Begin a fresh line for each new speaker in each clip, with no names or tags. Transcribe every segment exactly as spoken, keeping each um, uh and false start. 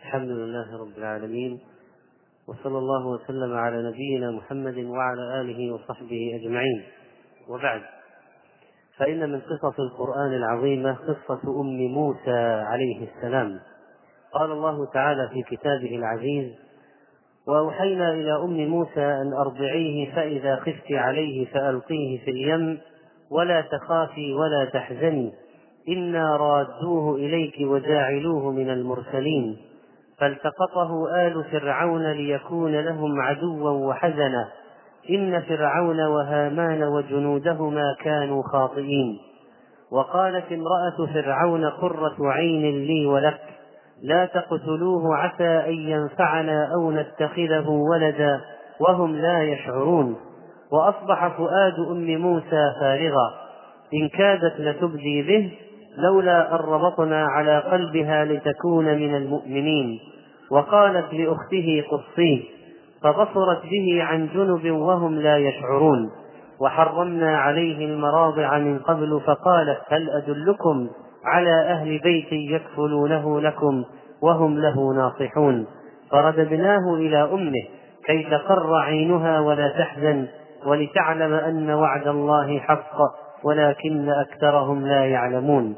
الحمد لله رب العالمين، وصلى الله وسلم على نبينا محمد وعلى آله وصحبه أجمعين، وبعد، فإن من قصص القرآن العظيمة قصة أم موسى عليه السلام. قال الله تعالى في كتابه العزيز: وأوحينا إلى أم موسى أن أرضعيه فإذا خفت عليه فألقيه في اليم ولا تخافي ولا تحزني إنا رادوه إليك وجاعلوه من المرسلين فالتقطه آل فرعون ليكون لهم عدوا وحزنا إن فرعون وهامان وجنودهما كانوا خاطئين. وقالت امرأة فرعون قرة عين لي ولك لا تقتلوه عسى أن ينفعنا أو نتخذه ولدا وهم لا يشعرون. وأصبح فؤاد أم موسى فارغا إن كادت لتبدي به لولا أن ربطنا على قلبها لتكون من المؤمنين. وقالت لأخته قصيه فبصرت به عن جنب وهم لا يشعرون. وحرمنا عليه المراضع من قبل فقالت هل أدلكم على أهل بيت يكفلونه لكم وهم له ناصحون. فرددناه إلى أمه كي تقر عينها ولا تحزن ولتعلم أن وعد الله حق ولكن أكثرهم لا يعلمون.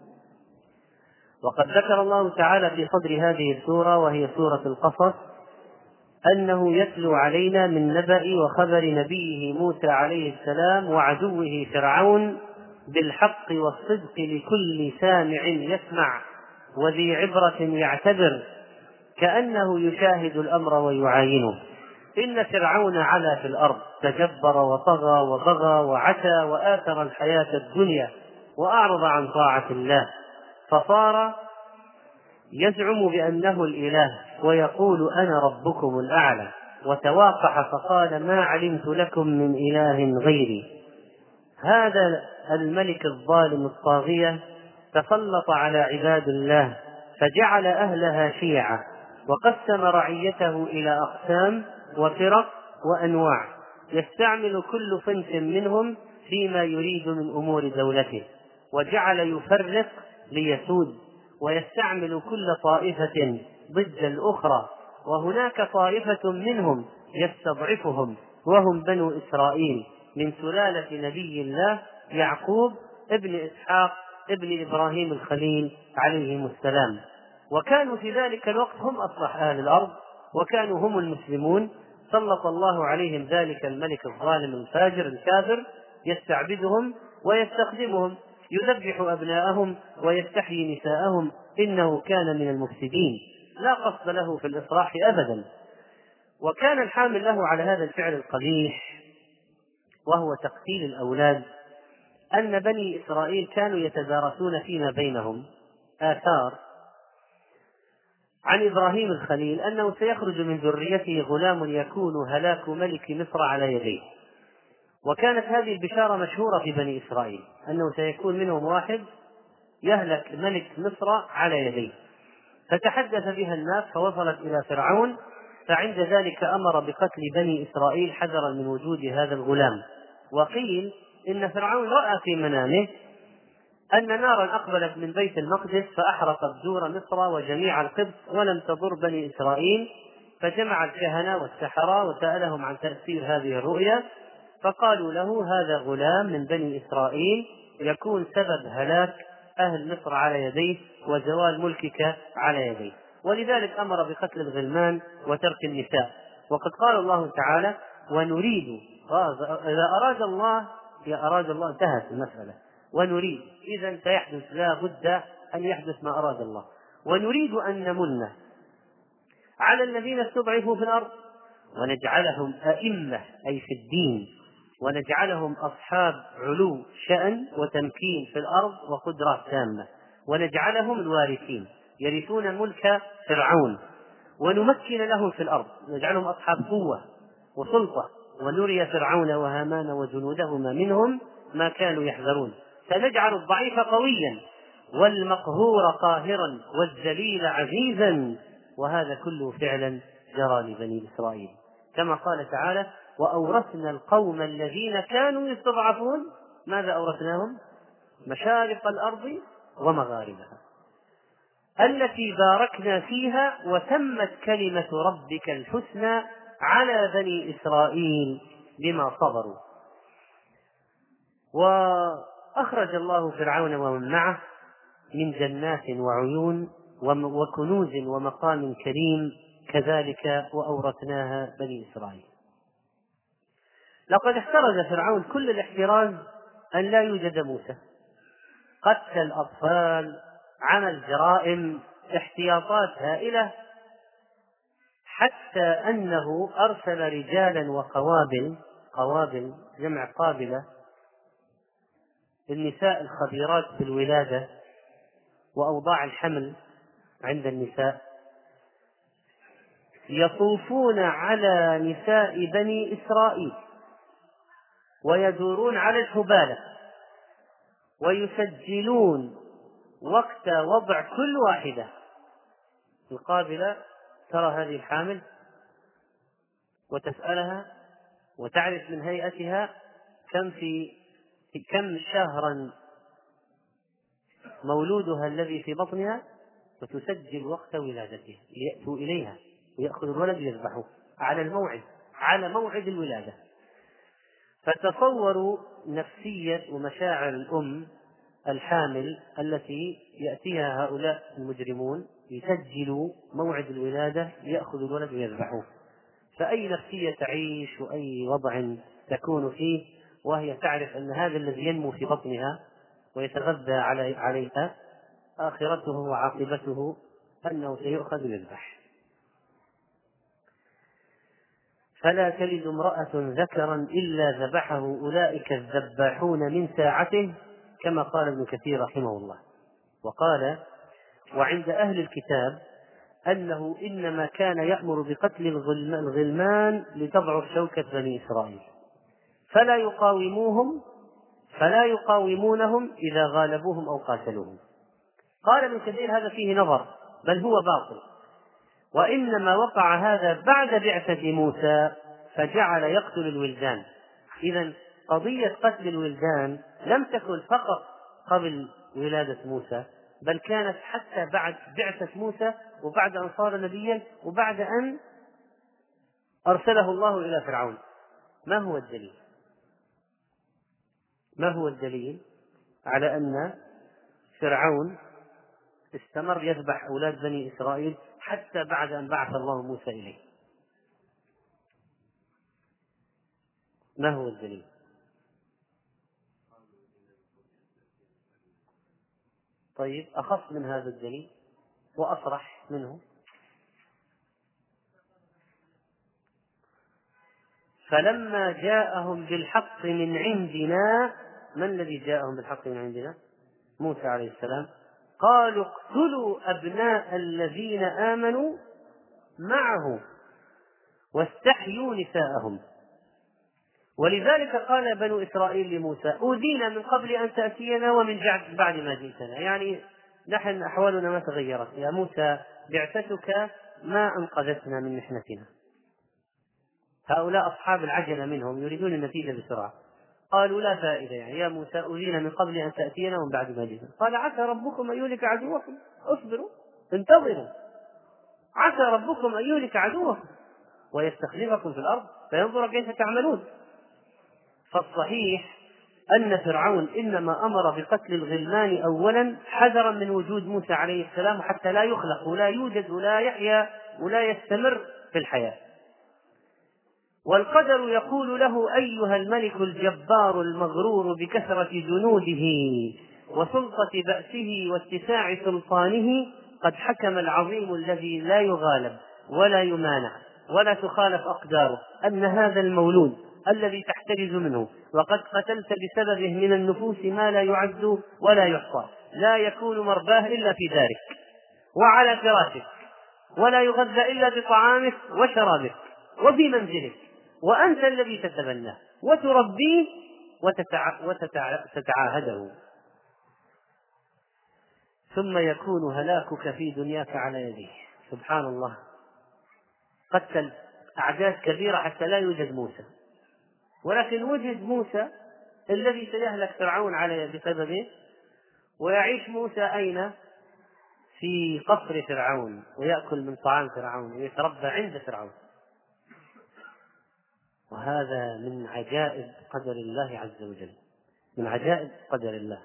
وقد ذكر الله تعالى في صدر هذه السورة وهي سورة القصص أنه يتلو علينا من نبأ وخبر نبيه موسى عليه السلام وعدوه فرعون بالحق والصدق لكل سامع يسمع وذي عبرة يعتبر كأنه يشاهد الأمر ويعاينه. إن فرعون علا في الأرض تجبر وطغى وبغى وعتى وآثر الحياة الدنيا وأعرض عن طاعة الله فصار يزعم بأنه الإله ويقول أنا ربكم الأعلى وتواقح فقال ما علمت لكم من إله غيري. هذا الملك الظالم الطاغية تسلط على عباد الله فجعل أهلها شيعا وقسم رعيته إلى أقسام وفرق وأنواع يستعمل كل صنف منهم فيما يريد من أمور دولته وجعل يفرق ليسود ويستعمل كل طائفة ضد الأخرى. وهناك طائفة منهم يستضعفهم وهم بنو إسرائيل من سلالة نبي الله يعقوب ابن إسحاق ابن إبراهيم الخليل عليهم السلام. وكانوا في ذلك الوقت هم أصلح أهل الأرض وكانوا هم المسلمون. سلط الله عليهم ذلك الملك الظالم الفاجر الكافر يستعبدهم ويستخدمهم يذبح أبناءهم ويستحيي نساءهم إنه كان من المفسدين لا قصد له في الإصلاح أبدا. وكان الحامل له على هذا الفعل القبيح وهو تقتيل الأولاد أن بني إسرائيل كانوا يتدارسون فيما بينهم آثار عن إبراهيم الخليل أنه سيخرج من ذريته غلام يكون هلاك ملك مصر على يديه. وكانت هذه البشارة مشهورة في بني إسرائيل أنه سيكون منهم واحد يهلك ملك مصر على يديه. فتحدث بها الناس فوصلت إلى فرعون فعند ذلك أمر بقتل بني إسرائيل حذرا من وجود هذا الغلام. وقيل إن فرعون رأى في منامه أن نارا أقبلت من بيت المقدس فأحرقت دور مصر وجميع القبط ولم تضر بني إسرائيل فجمع الكهنة والسحرة وسألهم عن تأثير هذه الرؤيا فقالوا له هذا غلام من بني إسرائيل يكون سبب هلاك أهل مصر على يديه وزوال ملكك على يديه. ولذلك أمر بقتل الغلمان وترك النساء. وقد قال الله تعالى ونريد إذا أراد الله يا أراد الله انتهت المسألة ونريد إذن سيحدث لا بد أن يحدث ما أراد الله. ونريد أن نمن على الذين استضعفوا في الأرض ونجعلهم أئمة أي في الدين ونجعلهم أصحاب علو شأن وتمكين في الأرض وقدرات تامة ونجعلهم الوارثين يرثون ملك فرعون ونمكن لهم في الأرض نجعلهم أصحاب قوة وسلطة ونري فرعون وهامان وجنودهما منهم ما كانوا يحذرون. سنجعل الضعيف قويا والمقهور قاهرا والذليل عزيزا. وهذا كله فعلا جرى لبني إسرائيل كما قال تعالى وأورثنا القوم الذين كانوا يستضعفون. ماذا أورثناهم؟ مشارق الأرض ومغاربها. التي باركنا فيها وتمت كلمة ربك الحسنى على بني إسرائيل بما صبروا. وأخرج الله فرعون ومن معه من جنات وعيون وكنوز ومقام كريم، كذلك وأورثناها بني إسرائيل. لقد احترز فرعون كل الاحتراز أن لا يوجد موسى، قتل الأطفال، عمل جرائم، احتياطات هائلة، حتى أنه أرسل رجالا وقوابل، قوابل جمع قابلة، النساء الخبيرات بالولادة وأوضاع الحمل عند النساء، يطوفون على نساء بني إسرائيل ويدورون على الحبالة ويسجلون وقت وضع كل واحدة. القابلة ترى هذه الحامل وتسألها وتعرف من هيئتها كم في كم شهرا مولودها الذي في بطنها، وتسجل وقت ولادتها ليأتوا إليها ويأخذ الولد ويذبحوه على الموعد، على موعد الولادة. فتصوروا نفسية ومشاعر الأم الحامل التي يأتيها هؤلاء المجرمون يسجلوا موعد الولادة ليأخذوا الولد ويذبحوه، فأي نفسية تعيش وأي وضع تكون فيه وهي تعرف أن هذا الذي ينمو في بطنها ويتغذى عليها آخرته وعاقبته أنه سيؤخذ ويذبح. فلا تلد امرأة ذكرا إلا ذبحه أولئك الذباحون من ساعته، كما قال ابن كثير رحمه الله. وقال: وعند أهل الكتاب أنه إنما كان يأمر بقتل الغلمان لتضعف شوكة بني إسرائيل، فلا يقاوموهم فلا يقاومونهم إذا غالبوهم أو قاتلوهم. قال ابن كثير: هذا فيه نظر، بل هو باطل، وإنما وقع هذا بعد بعثة موسى فجعل يقتل الولدان. إذن قضية قتل الولدان لم تكن فقط قبل ولادة موسى، بل كانت حتى بعد بعثة موسى وبعد أن صار نبيا وبعد أن أرسله الله إلى فرعون. ما هو الدليل؟ ما هو الدليل على أن فرعون استمر يذبح أولاد بني إسرائيل حتى بعد أن بعث الله موسى إليه؟ ما هو الدليل؟ طيب، أخص من هذا الدليل وأصرح منه: فلما جاءهم بالحق من عندنا. من الذي جاءهم بالحق من عندنا؟ موسى عليه السلام. قالوا: اقتلوا أبناء الذين آمنوا معه واستحيوا نساءهم. ولذلك قال بنو إسرائيل لموسى: أوذينا من قبل أن تأتينا ومن بعد ما جئتنا. يعني نحن أحوالنا ما تغيرت يا موسى، بعثتك ما أنقذتنا من محنتنا. هؤلاء أصحاب العجلة منهم يريدون النتيجة بسرعة. قالوا: لا فائدة، يعني يا موسى أوذينا من قبل أن تأتينا ومن بعد ما جئتنا. قال: عسى ربكم أن يهلك عدوكم، اصبروا انتظروا، عسى ربكم أن يهلك عدوكم ويستخلفكم في الأرض فينظر كيف تعملون. فالصحيح أن فرعون إنما أمر بقتل الغلمان أولا حذرا من وجود موسى عليه السلام، حتى لا يخلق ولا يوجد ولا يحيا ولا يستمر في الحياة. والقدر يقول له: أيها الملك الجبار المغرور بكثرة جنوده وسلطة بأسه واتساع سلطانه، قد حكم العظيم الذي لا يغالب ولا يمانع ولا تخالف أقداره أن هذا المولود الذي تحترز منه وقد قتلت بسببه من النفوس ما لا يعد ولا يحصى لا يكون مرباه إلا في دارك وعلى فراشك، ولا يغذى إلا بطعامك وشرابك وفي منزلك، وأنت الذي تتبناه وتربيه وتتع... وتتع... وتتعاهده، ثم يكون هلاكك في دنياك على يديه. سبحان الله، قتل أعداد كبيرة حتى لا يوجد موسى، ولكن وجد موسى الذي سيهلك فرعون على بسببه، ويعيش موسى أين؟ في قصر فرعون ويأكل من طعام فرعون ويتربى عند فرعون. وهذا من عجائب قدر الله عز وجل، من عجائب قدر الله،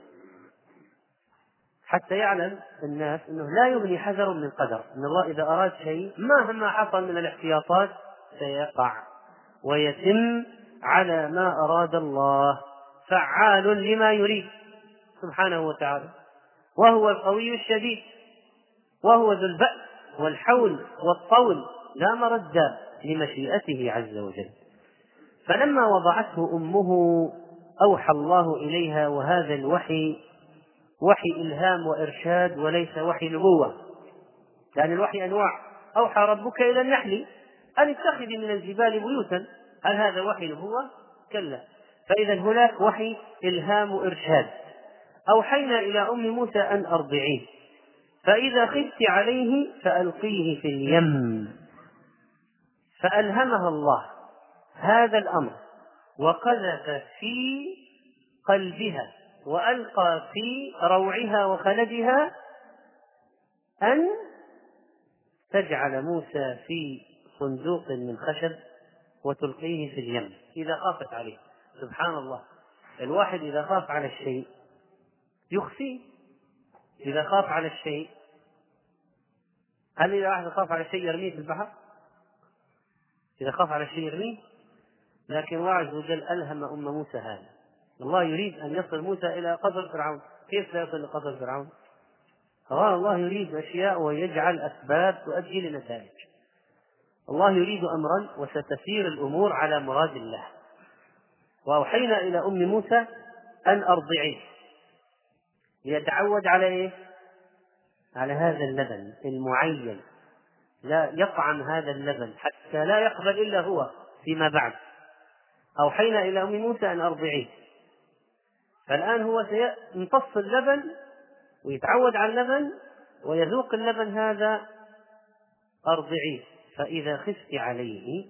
حتى يعلم الناس أنه لا يغني حذر من قدر، أن الله إذا أراد شيء مهما حصل من الاحتياطات سيقع ويتم على ما أراد الله، فعال لما يريد سبحانه وتعالى، وهو القوي الشديد، وهو ذو البأس والحول والطول، لا مرد لمشيئته عز وجل. فلما وضعته أمه أوحى الله إليها، وهذا الوحي وحي إلهام وإرشاد وليس وحي نبوة، لأن الوحي أنواع. أوحى ربك إلى النحل أن اتخذي من الجبال بيوتا، هل هذا وحي نبوة؟ كلا. فإذا هناك وحي إلهام وإرشاد. أوحينا إلى أم موسى أن أرضعيه، فإذا خفت عليه فألقيه في اليم، فألهمها الله هذا الأمر وقذف في قلبها وألقى في روعها وخلدها أن تجعل موسى في صندوق من خشب وتلقيه في اليم إذا خافت عليه. سبحان الله، الواحد إذا خاف على الشيء يخفيه. إذا خاف على الشيء، هل إذا واحد خاف على الشيء يرميه في البحر؟ إذا خاف على الشيء يرميه. لكن الله عز وجل ألهم أم موسى هذا. الله يريد أن يصل موسى إلى قصر فرعون، كيف لا يصل لقصر فرعون؟ الله يريد أشياء ويجعل أسباب تؤدي لنتائج. الله يريد أمرا وستسير الأمور على مراد الله. وأوحينا إلى أم موسى أن أرضعيه ليتعود على إيه؟ على هذا اللبن المعين، لا يطعم هذا اللبن حتى لا يقبل إلا هو فيما بعد. أوحينا إلى أم موسى أن أرضعيه، فالآن هو سيمتص اللبن ويتعود على اللبن ويذوق اللبن هذا. أرضعيه، فإذا خفت عليه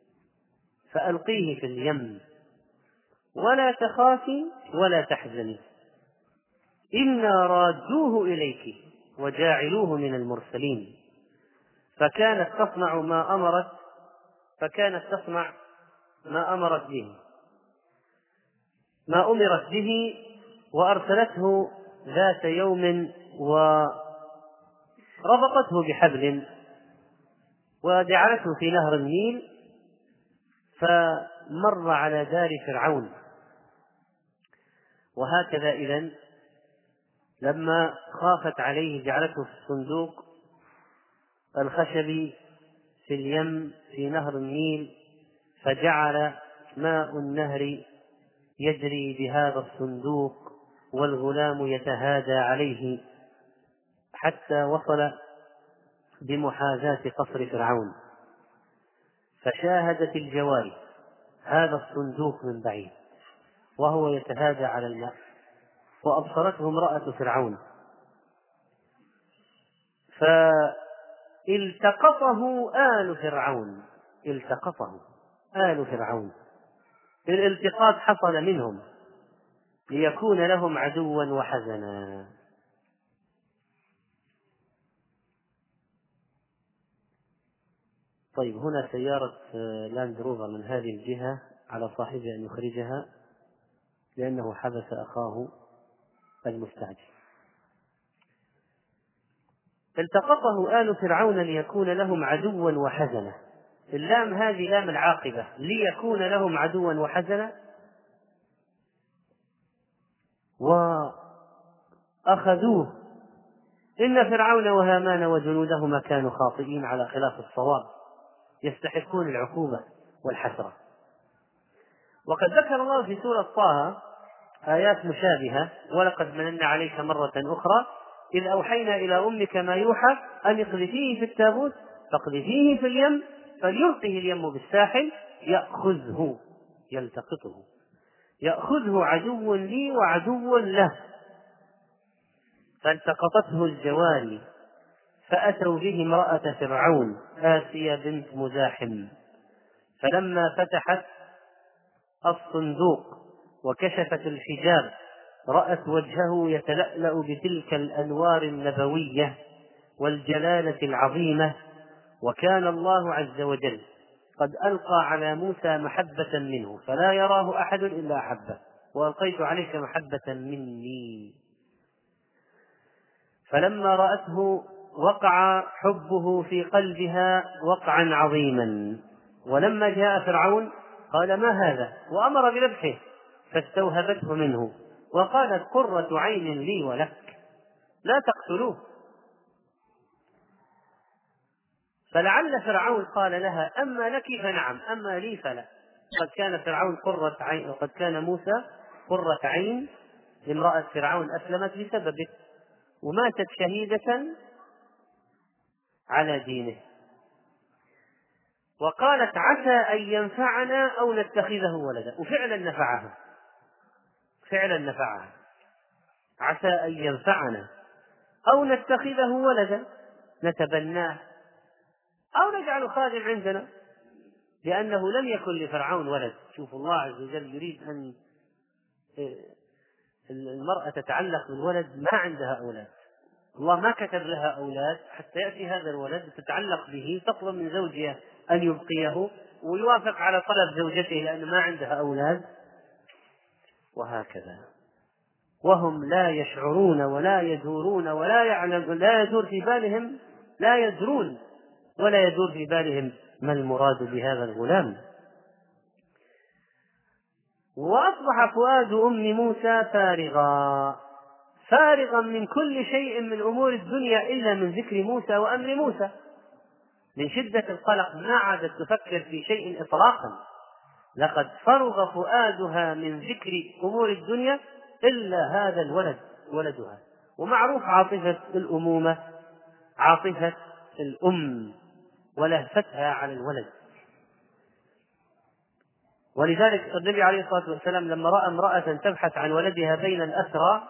فألقيه في اليم ولا تخافي ولا تحزني إنا رادوه إليك وجاعلوه من المرسلين. فكانت تصنع ما أمرت فكانت تصنع ما أمرت به ما أمرت به وأرسلته ذات يوم وربطته بحبل وجعلته في نهر النيل، فمر على دار فرعون. وهكذا إذن لما خافت عليه جعلته في الصندوق الخشبي في اليم في نهر النيل، فجعل ماء النهر يجري بهذا الصندوق والغلام يتهادى عليه حتى وصل بمحاذاة قصر فرعون. فشاهدت الجواري هذا الصندوق من بعيد وهو يتهادى على الماء، وأبصرته امرأة فرعون، فالتقطه آل فرعون التقطه آل فرعون الالتقاط حصل منهم ليكون لهم عدوا وحزنا. طيب، هنا سيارة لاند روفر من هذه الجهة، على صاحبها أن يخرجها لأنه حبس أخاه المستعجل. التقطه آل فرعون ليكون لهم عدوا وحزنا. اللام هذه لام العاقبة، ليكون لهم عدوا وحزنا، وأخذوه. إن فرعون وهامان وجنودهما كانوا خاطئين على خلاف الصواب، يستحقون العقوبة والحسرة. وقد ذكر الله في سورة طه آيات مشابهة: ولقد مننا عليك مرة أخرى إذ أوحينا إلى أمك ما يوحى أن اقذفيه في التابوت فاقذفيه في اليم فليلقه اليم بالساحل يأخذه يلتقطه يأخذه عدو لي وعدو له. فالتقطته الجواري فأتوا به امرأة فرعون آسية بنت مزاحم، فلما فتحت الصندوق وكشفت الحجاب رأت وجهه يتلألأ بتلك الأنوار النبوية والجلالة العظيمة. وكان الله عز وجل قد ألقى على موسى محبة منه فلا يراه أحد إلا أحبه، وألقيت عليك محبة مني. فلما رأته وقع حبه في قلبها وقعا عظيما. ولما جاء فرعون قال ما هذا، وأمر بذبحه فاستوهبته منه وقالت قرة عين لي ولك لا تقتلوه. فلعل فرعون قال لها أما لك فنعم أما لي فلا. قد كان فرعون قرة عين، وقد كان موسى قرة عين لامرأة فرعون أسلمت بسببه وماتت شهيدة على دينه. وقالت عسى أن ينفعنا أو نتخذه ولدا، وفعلا نفعها، فعلا نفعها، عسى أن ينفعنا أو نتخذه ولدا نتبناه أو نجعل خادم عندنا، لأنه لم يكن لفرعون ولد. شوف الله عز وجل يريد أن المرأة تتعلق بالولد، ما عندها أولاد، الله ما كتب لها أولاد حتى يأتي هذا الولد تتعلق به، تطلب من زوجها أن يبقيه ويوافق على طلب زوجته لأن ما عندها أولاد، وهكذا. وهم لا يشعرون ولا يدورون ولا يعلم، لا يدور في بالهم، لا يدرون ولا يدور في بالهم ما المراد بهذا الغلام. وأصبح فؤاد أم موسى فارغا، فارغا من كل شيء من أمور الدنيا إلا من ذكر موسى وأمر موسى. من شدة القلق ما عادت تفكر في شيء إطلاقا، لقد فرغ فؤادها من ذكر أمور الدنيا إلا هذا الولد ولدها. ومعروف عاطفة الأمومة عاطفة الأم ولهفتها على الولد. ولذلك النبي عليه الصلاة والسلام لما رأى امرأة تبحث عن ولدها بين الأسرى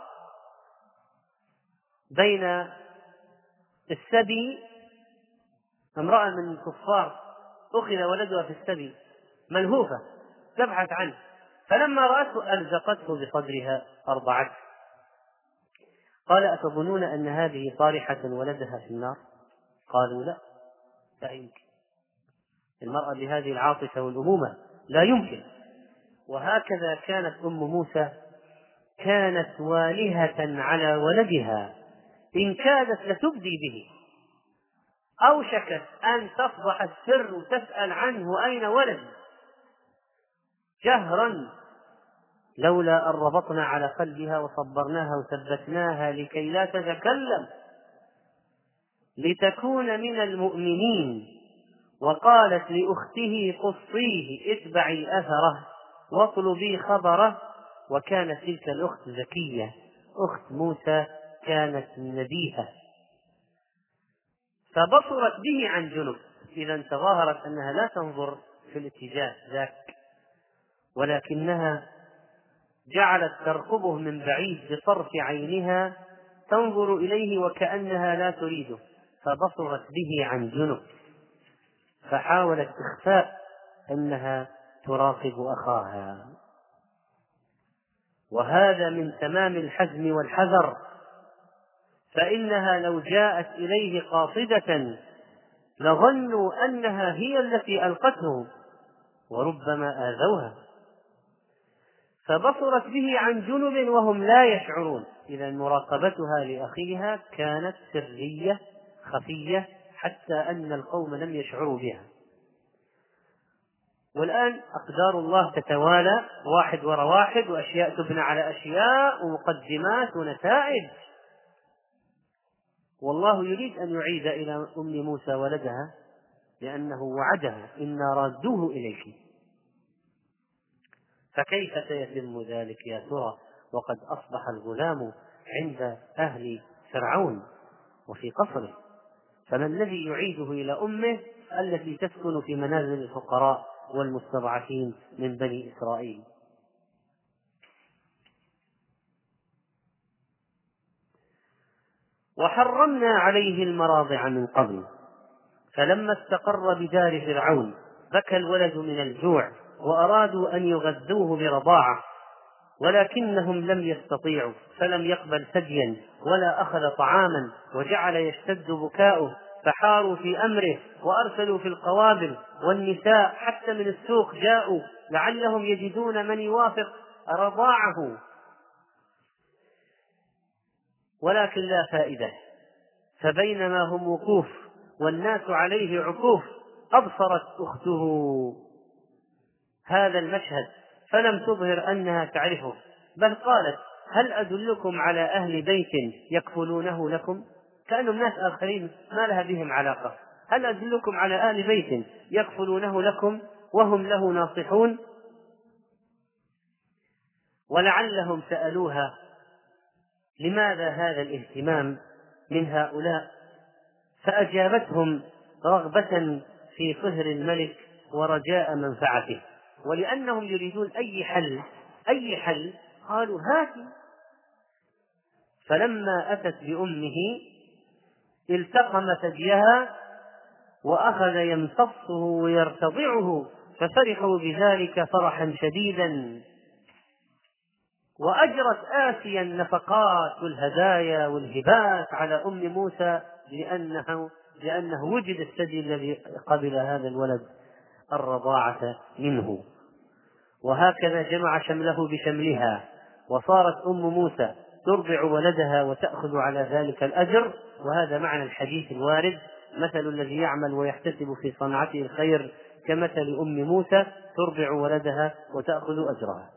بين السبي، امرأة من الكفار أخذ ولدها في السبي ملهوفة تبحث عنه، فلما رأته ألزقته بصدرها أرضعته. قال أتظنون أن هذه صالحة ولدها في النار؟ قالوا لا، لا يمكن، المرأة بهذه العاطفة والأمومة لا يمكن. وهكذا كانت أم موسى، كانت والهة على ولدها إن كادت لتبدي به، أوشكت أن تفضح السر وتسأل عنه أين ولد جهرا، لولا أن ربطنا على قلبها وصبرناها وثبتناها لكي لا تتكلم لتكون من المؤمنين. وقالت لأخته قصيه اتبعي أثره واطلبي خبره، وكانت تلك الأخت ذكية، أخت موسى كانت نبيهة، فبصرت به عن جنب. إذا تظاهرت أنها لا تنظر في الاتجاه ذاك، ولكنها جعلت ترقبه من بعيد بطرف عينها تنظر إليه وكأنها لا تريده، فبصرت به عن جنب، فحاولت إخفاء أنها تراقب أخاها. وهذا من تمام الحزم والحذر، فإنها لو جاءت إليه قاصدة لظنوا أنها هي التي ألقته وربما آذوها، فبصرت به عن جنب وهم لا يشعرون. إذا مراقبتها لأخيها كانت سرية خفية حتى أن القوم لم يشعروا بها. والآن أقدار الله تتوالى واحد وراء واحد، وأشياء تبنى على أشياء ومقدمات ونتائج، والله يريد أن يعيد إلى أم موسى ولدها لأنه وعدها إنا رادوه إليك. فكيف سيتم ذلك يا ترى وقد أصبح الغلام عند أهل فرعون وفي قصره؟ فما الذي يعيده إلى أمه التي تسكن في منازل الفقراء والمستضعفين من بني إسرائيل؟ وحرمنا عليه المراضع من قبل فلما استقر بدار فرعون بكى الولد من الجوع وأرادوا أن يغذوه برضاعة ولكنهم لم يستطيعوا، فلم يقبل ثديا ولا أخذ طعاما، وجعل يشتد بكاؤه، فحاروا في أمره وأرسلوا في القوابل والنساء حتى من السوق جاءوا لعلهم يجدون من يوافق رضاعه، ولكن لا فائدة. فبينما هم وقوف والناس عليه عكوف أبصرت أخته هذا المشهد فلم تظهر أنها تعرفه، بل قالت: هل أدلكم على أهل بيت يكفلونه لكم؟ كأنهم ناس آخرين ما لها بهم علاقة. هل أدلكم على أهل بيت يكفلونه لكم وهم له ناصحون؟ ولعلهم سألوها: لماذا هذا الاهتمام من هؤلاء؟ فأجابتهم رغبة في صهر الملك ورجاء منفعته، ولأنهم يريدون أي حل أي حل قالوا: هاتي. فلما أتت بأمه التقم ثديها وأخذ يمتصه ويرتضعه، ففرحوا بذلك فرحا شديدا، وأجرت آسيا النفقات والهدايا والهبات على أم موسى لأنه, لأنه وجد الثدي الذي قبل هذا الولد الرضاعة منه. وهكذا جمع شمله بشملها، وصارت أم موسى ترضع ولدها وتأخذ على ذلك الأجر. وهذا معنى الحديث الوارد: مثل الذي يعمل ويحتسب في صنعته الخير كمثل أم موسى ترضع ولدها وتأخذ أجرها.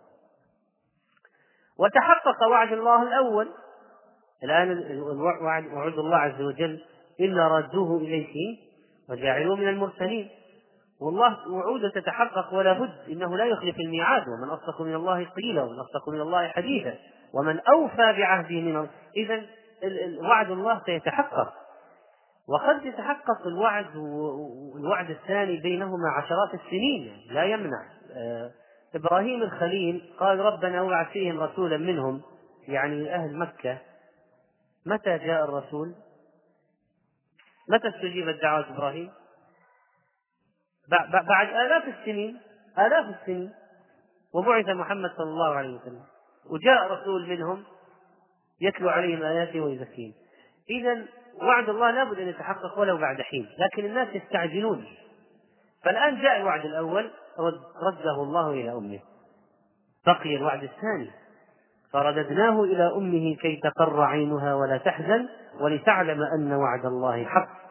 وتحقق وعد الله الأول. الآن وعد الله عز وجل: إلا ردوه إليه وجعلوه من المرسلين. والله وعوده تتحقق ولا بد، إنه لا يخلف الميعاد. ومن أصدق من الله قيلا ومن أصدق من الله حديثا ومن أوفى بعهده من الله. إذن وعد الله سيتحقق، وقد يتحقق الوعد والوعد الثاني بينهما عشرات السنين لا يمنع. إبراهيم الخليل قال: ربنا وابعث فيهم رسولا منهم، يعني أهل مكة. متى جاء الرسول؟ متى استجيبت دعوة إبراهيم؟ بعد آلاف السنين آلاف السنين وبعث محمد صلى الله عليه وسلم، وجاء رسول منهم يتلو عليهم آياته ويزكيهم. إذن وعد الله لا بد أن يتحقق ولو بعد حين، لكن الناس يستعجلون. فالآن جاء الوعد الأول رده الله إلى أمه، بقي الوعد الثاني: فرددناه إلى أمه كي تقر عينها ولا تحزن ولتعلم أن وعد الله حق.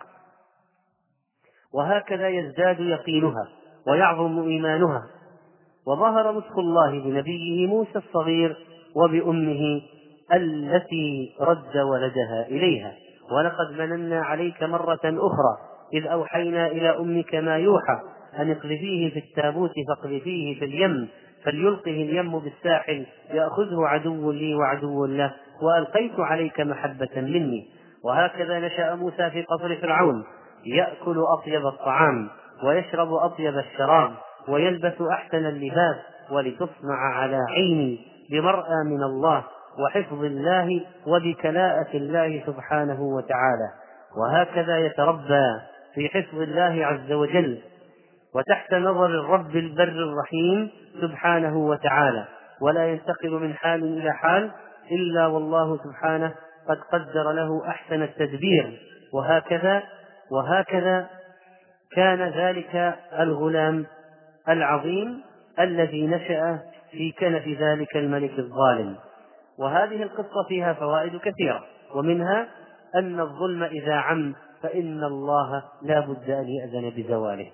وهكذا يزداد يقينها ويعظم إيمانها. وظهر نصح الله بنبيه موسى الصغير وبأمه التي رد ولدها إليها. ولقد مننا عليك مرة أخرى إذ أوحينا إلى أمك ما يوحى أن اقذفيه في التابوت فاقذفيه في اليم فليلقه اليم بالساحل يأخذه عدو لي وعدو له وألقيت عليك محبة مني. وهكذا نشأ موسى في قصر فرعون، يأكل أطيب الطعام ويشرب أطيب الشراب ويلبس أحسن اللباس، ولتصنع على عيني بمرأى من الله وحفظ الله وبكلاءة الله سبحانه وتعالى. وهكذا يتربى في حفظ الله عز وجل وتحت نظر الرب البر الرحيم سبحانه وتعالى، ولا ينتقل من حال إلى حال إلا والله سبحانه قد قدر له أحسن التدبير. وهكذا وهكذا كان ذلك الغلام العظيم الذي نشأ في كنف ذلك الملك الظالم. وهذه القصة فيها فوائد كثيرة، ومنها أن الظلم إذا عم فإن الله لا بد أن يأذن بزواله.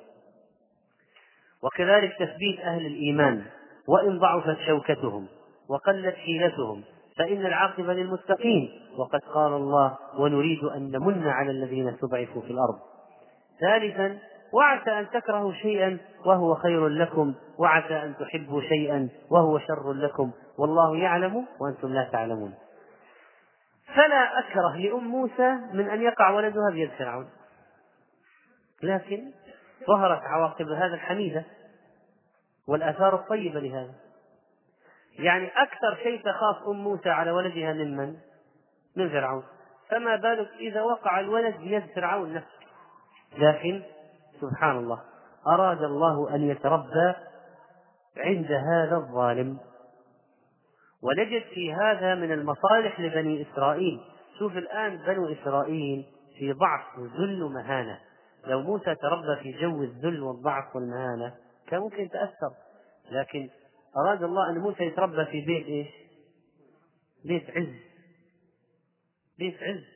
وكذلك تثبيت أهل الإيمان وإن ضعفت شوكتهم وقلت حيلتهم فإن العاقبة للمتقين. وقد قال الله: ونريد أن نمن على الذين استضعفوا في الأرض. ثالثا: وعسى أن تكرهوا شيئا وهو خير لكم وعسى أن تحبوا شيئا وهو شر لكم والله يعلم وأنتم لا تعلمون. فلا أكره لأم موسى من أن يقع ولدها بيد فرعون، لكن ظهرت عواقب هذا الحميدة والآثار الطيبة لهذا. يعني أكثر شيء تخاف أم موسى على ولدها من من؟ من فرعون، فما بالك إذا وقع الولد بيد فرعون نفسه. لكن سبحان الله أراد الله أن يتربى عند هذا الظالم، ونجد في هذا من المصالح لبني إسرائيل. شوف الآن بنو إسرائيل في ضعف وذل ومهانة، لو موسى تربى في جو الذل والضعف والمهانة كان ممكن يتأثر، لكن أراد الله أن موسى يتربى في بيت إيش؟ بيت عز، بيت عز،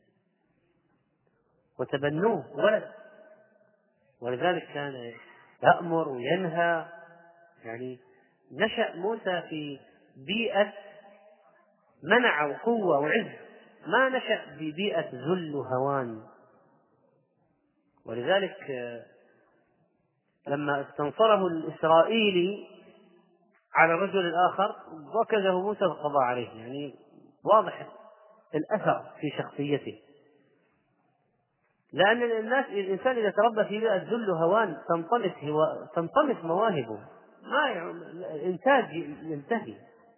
وتبنوه ولد، ولذلك كان يأمر وينهى. يعني نشأ موسى في بيئة منع وقوة وعز، ما نشأ في بيئة ذل وهوان. ولذلك لما استنصره الإسرائيلي على الرجل الآخر وكزه موسى وقضى عليه، يعني واضح الأثر في شخصيته. لأن الناس الإنسان إذا تربى في بيئة ذل وهوان تنطمس تنطمس مواهبه، ما الإنتاج ينتهي.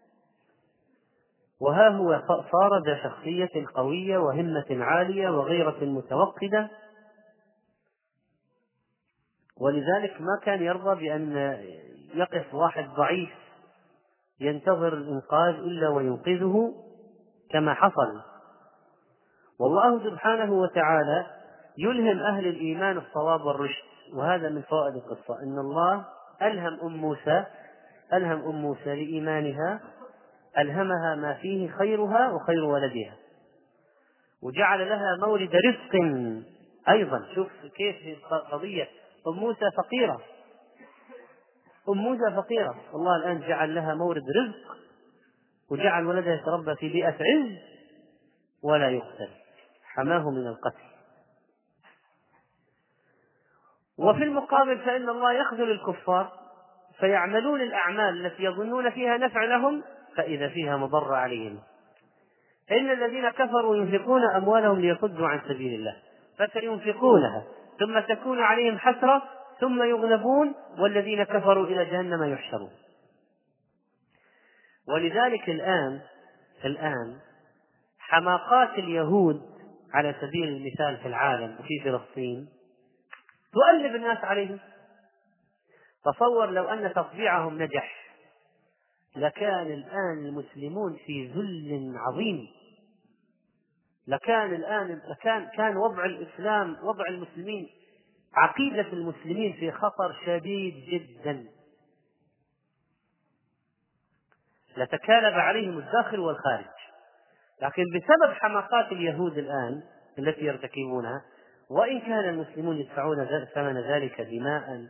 وها هو صار ذا شخصية قوية وهمة عالية وغيرة متوقدة، ولذلك ما كان يرضى بأن يقف واحد ضعيف ينتظر الإنقاذ إلا وينقذه كما حصل. والله سبحانه وتعالى يلهم أهل الإيمان الصواب والرشد، وهذا من فوائد القصة، أن الله ألهم أم موسى ألهم أم موسى لإيمانها، ألهمها ما فيه خيرها وخير ولدها، وجعل لها مورد رزق أيضا. شوف كيف قضية أم موسى فقيرة، أم موسى فقيرة، والله الآن جعل لها مورد رزق، وجعل ولدها يتربى في بيئة عز ولا يقتل، حماه من القتل. وفي المقابل فإن الله يخذل الكفار فيعملون الأعمال التي يظنون فيها نفع لهم فإذا فيها مضر عليهم. إن الذين كفروا ينفقون أموالهم ليصدوا عن سبيل الله فسينفقونها ثم تكون عليهم حسرة ثم يغلبون والذين كفروا إلى جهنم يحشرون. ولذلك الآن الآن حماقات اليهود على سبيل المثال في العالم وفي فلسطين تؤلب الناس عليهم. تصور لو أن تطبيعهم نجح لكان الآن المسلمون في ذل عظيم، لكان الآن لكان كان وضع الإسلام وضع المسلمين عقيدة المسلمين في خطر شديد جدا، لتكالب عليهم الداخل والخارج. لكن بسبب حماقات اليهود الآن التي يرتكبونها، وإن كان المسلمون يدفعون ثمن ذلك دماء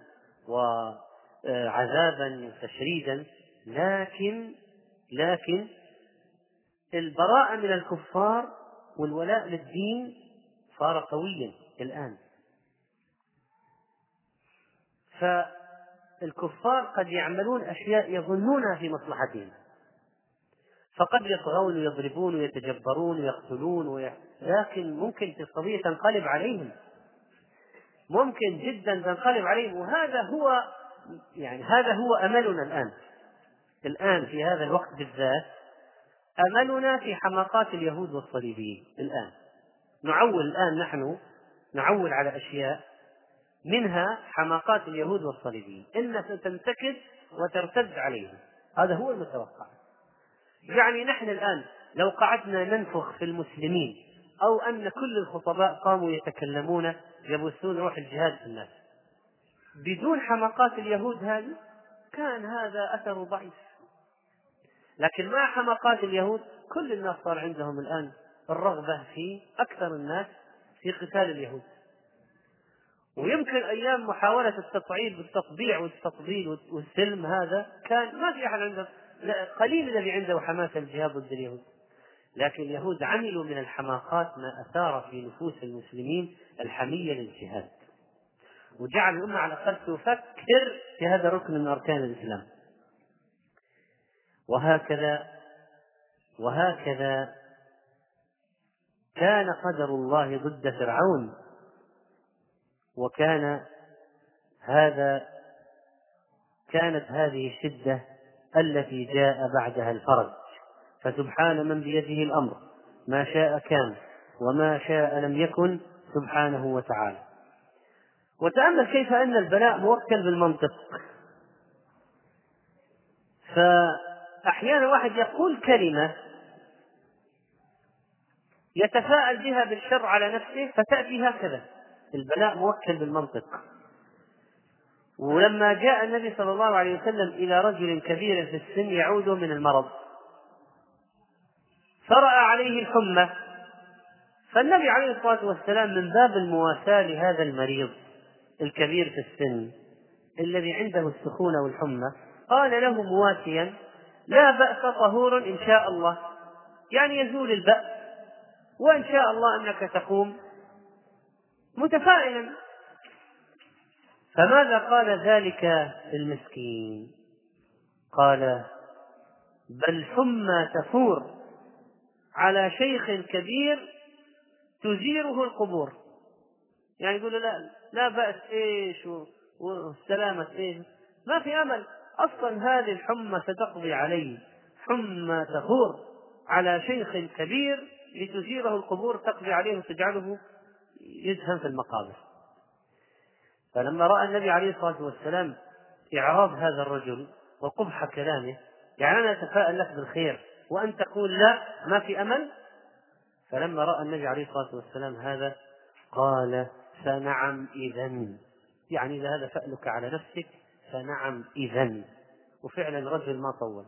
وعذابا وتشريدا، لكن لكن البراءة من الكفار والولاء للدين صار قويا الآن. فالكفار قد يعملون أشياء يظنونها في مصلحتهم، فقد يطغون ويضربون ويتجبرون ويقتلون وي... لكن ممكن القضية تنقلب عليهم، ممكن جدا تنقلب عليهم. وهذا هو يعني هذا هو أملنا الآن الآن في هذا الوقت بالذات، أملنا في حماقات اليهود والصليبيين. الآن نعول الآن نحن نعول على أشياء منها حماقات اليهود والصليبيين إنها ستنتكس وترتد عليهم، هذا هو المتوقع. يعني نحن الآن لو قعدنا ننفخ في المسلمين أو أن كل الخطباء قاموا يتكلمون يبثون روح الجهاد في الناس بدون حماقات اليهود هذه، كان هذا أثر ضعيف. لكن مع حماقات اليهود كل الناس صار عندهم الآن الرغبة في أكثر الناس في قتال اليهود. ويمكن أيام محاولة التطعيد بالتطبيع والتطبيل والسلم هذا كان ما في أحد عنده، قليل الذي عنده حماسة الجهاد ضد اليهود، لكن اليهود عملوا من الحماقات ما أثار في نفوس المسلمين الحمية للجهاد، وجعل الأمة على الأقل تفكر في هذا ركن من أركان الإسلام. وهكذا وهكذا كان قدر الله ضد فرعون، وكان هذا كانت هذه الشدة التي جاء بعدها الفرج. فسبحان من بيده الأمر، ما شاء كان وما شاء لم يكن سبحانه وتعالى. وتأمل كيف أن البلاء موكل بالمنطق. أحيانا واحد يقول كلمة يتفاءل بها بالشر على نفسه فتأتي هكذا. البلاء موكل بالمنطق. ولما جاء النبي صلى الله عليه وسلم إلى رجل كبير في السن يعود من المرض فرأى عليه الحمى، فالنبي عليه الصلاة والسلام من باب المواساة لهذا المريض الكبير في السن الذي عنده السخونة والحمى قال له مواسيا: لا بأس، طهور إن شاء الله، يعني يزول البأس وإن شاء الله أنك تقوم، متفائلا. فماذا قال ذلك المسكين؟ قال: بل حمى تفور على شيخ كبير تزيره القبور. يعني يقول لا لا بأس إيش والسلامة إيش، ما في أمل أصلا، هذه الحمى ستقضي عليه. حمى تفور على شيخ كبير لتزيره القبور، تقضي عليه وتجعله يدفن في المقابر. فلما رأى النبي عليه الصلاة والسلام إعراض هذا الرجل وقبح كلامه، يعني أنا أتفاءل لك بالخير وأن تقول لا ما في أمل، فلما رأى النبي عليه الصلاة والسلام هذا قال: فنعم إذن، يعني إذا هذا فألك على نفسك فنعم إذن. وفعلا الرجل ما طول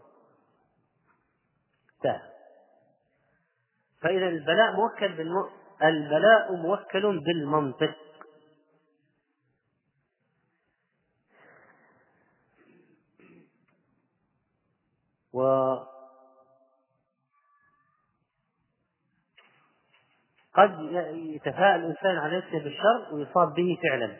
تاه. فإذا البلاء موكل بالم... البلاء موكل بالمنطق. وقد يتفاءل الإنسان على نفسه بالشر ويصاب به فعلا.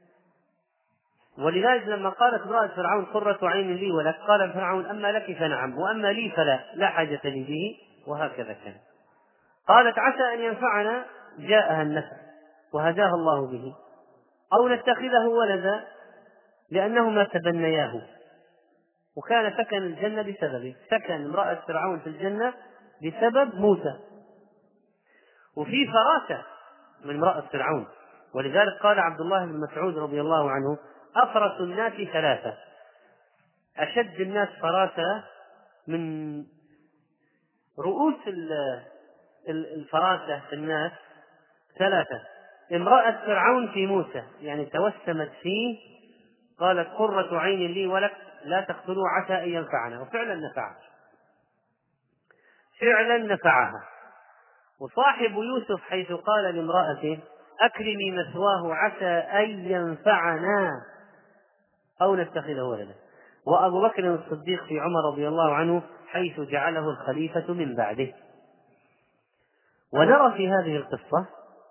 ولذلك لما قالت امرأة فرعون: قرة عين لي ولك، قال فرعون: أما لك فنعم وأما لي فلا، لا حاجة لي به. وهكذا كان. قالت: عسى أن ينفعنا، جاءها النفع وهداها الله به، أو نتخذه ولدا، لأنهما تبنياه. وكان سكن الجنة بسببه، سكن امرأة فرعون في الجنة بسبب موسى. وفي فراسة من امرأة فرعون، ولذلك قال عبد الله بن مسعود رضي الله عنه: أفرس الناس ثلاثة، أشد الناس فراسة من رؤوس الفراسة في الناس ثلاثة. امرأة فرعون في موسى، يعني توسمت فيه، قالت: قرة عين لي ولك، لا تقتلوا عسى أن ينفعنا. وفعلا نفعها، فعلا نفعها. وصاحب يوسف حيث قال لامرأته: أكرمي مثواه عسى أن ينفعنا أو نتخذه ولدا. وأبو بكر الصديق في عمر رضي الله عنه حيث جعله الخليفة من بعده. ونرى في هذه القصة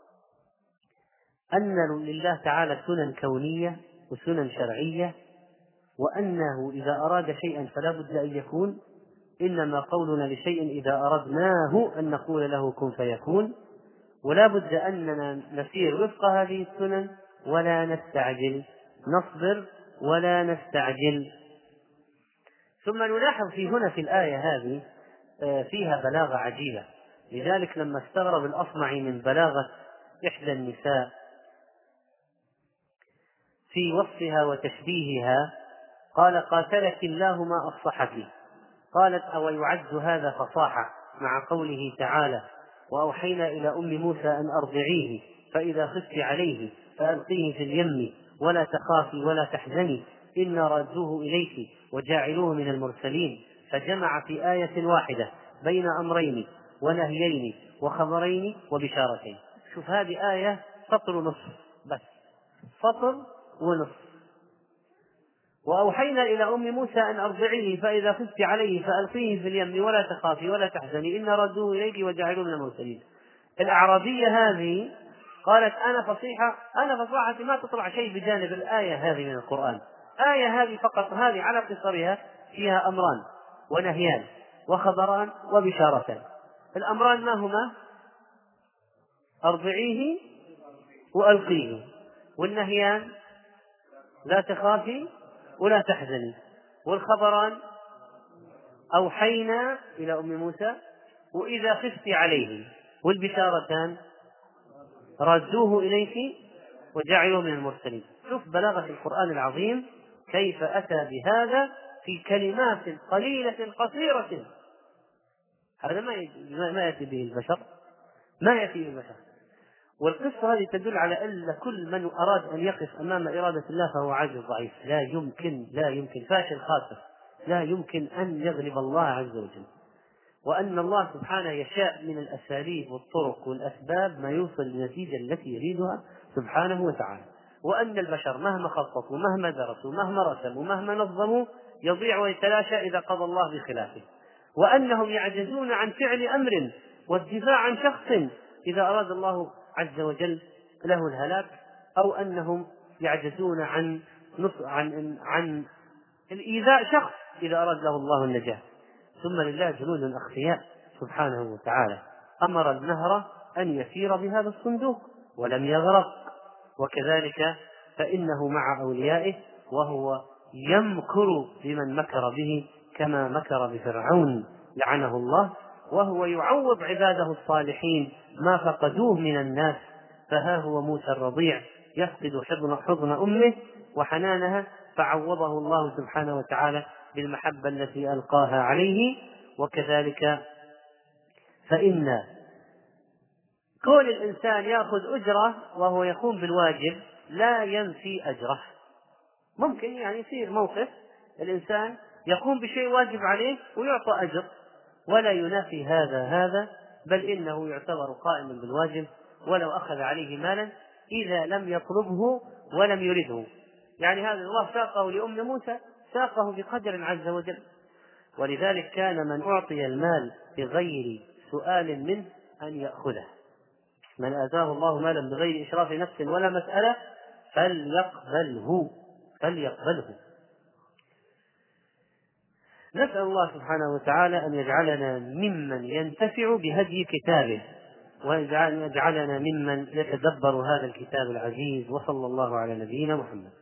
أن لله تعالى سنن كونية وسنن شرعية، وأنه إذا أراد شيئا فلا بد أن يكون. إنما قولنا لشيء إذا أردناه أن نقول له كن فيكون، ولا بد أننا نسير وفق هذه السنن ولا نستعجل، نصبر ولا نستعجل. ثم نلاحظ في هنا في الآية هذه فيها بلاغة عجيبة. لذلك لما استغرب الأصمعي من بلاغة إحدى النساء في وصفها وتشبيهها قال: قاتلك الله ما أفصحك. قالت: أو يعد هذا فصاحة مع قوله تعالى: وأوحينا إلى أم موسى أن أرضعيه فإذا خفت عليه فألقيه في اليم ولا تخافي ولا تحزني إنا رادوه إليك وجاعلوه من المرسلين. فجمع في آية واحدة بين أمرين ونهيين وخبرين وبشارتين. شوف، هذه آية سطر ونصف بس، سطر ونصف. وأوحينا إلى أم موسى أن أرضعيه فإذا خفت عليه فألقيه في اليم ولا تخافي ولا تحزني إن ردوه إليك وجعلوه من المرسلين. الأعرابية هذه قالت: أنا فصيحة، أنا فصاحتي ما تطلع شيء بجانب الآية هذه من القرآن. آية هذه فقط، هذه على قصرها فيها أمران ونهيان وخبران وبشارتان. الأمران ما هما؟ أرضعيه وألقيه. والنهيان: لا تخافي ولا تحزني. والخبران: أوحينا إلى أم موسى وإذا خفت عليه. والبشارتان: ردوه إليك وجعلوه من المرسلين. شوف بلاغة القرآن العظيم كيف أتى بهذا في كلمات قليلة قصيرة. هذا ما ما يأتي به البشر، ما يأتي به البشر. والقصة هذه تدل على أن كل من أراد أن يقف أمام إرادة الله فهو عاجز ضعيف، لا يمكن لا يمكن فاشل خاسر، لا يمكن أن يغلب الله عز وجل. وأن الله سبحانه يشاء من الأساليب والطرق والأسباب ما يوصل للنتيجة التي يريدها سبحانه وتعالى. وأن البشر مهما خططوا مهما درسوا مهما رسموا مهما نظموا يضيع ويتلاشى إذا قضى الله بخلافه. وأنهم يعجزون عن فعل أمر والدفاع عن شخص إذا أراد الله عز وجل له الهلاك، أو أنهم يعجزون عن عن عن الإيذاء شخص إذا أراد له الله النجاة. ثم لله جنود أخفياء سبحانه وتعالى، أمر النهر أن يسير بهذا الصندوق ولم يغرق. وكذلك فإنه مع أوليائه وهو يمكر بمن مكر به كما مكر بفرعون لعنه الله، وهو يعوض عباده الصالحين ما فقدوه من الناس. فها هو موسى الرضيع يفقد حضن, حضن أمه وحنانها، فعوضه الله سبحانه وتعالى بالمحبة التي ألقاها عليه. وكذلك فإن كون الإنسان يأخذ أجرة وهو يقوم بالواجب لا ينفي أجره. ممكن يعني يصير موقف الإنسان يقوم بشيء واجب عليه ويعطى أجر، ولا ينافي هذا هذا، بل إنه يعتبر قائما بالواجب ولو أخذ عليه مالا إذا لم يطلبه ولم يرده. يعني هذا الله ساقه لأم موسى ساقه بقدر عز وجل. ولذلك كان من أعطي المال بغير سؤال منه أن يأخذه. من آتاه الله مالا بغير إشراف نفس ولا مسألة فليقبله فليقبله. نسأل الله سبحانه وتعالى أن يجعلنا ممن ينتفع بهدي كتابه، وأن يجعلنا ممن يتدبر هذا الكتاب العزيز. وصلى الله على نبينا محمد.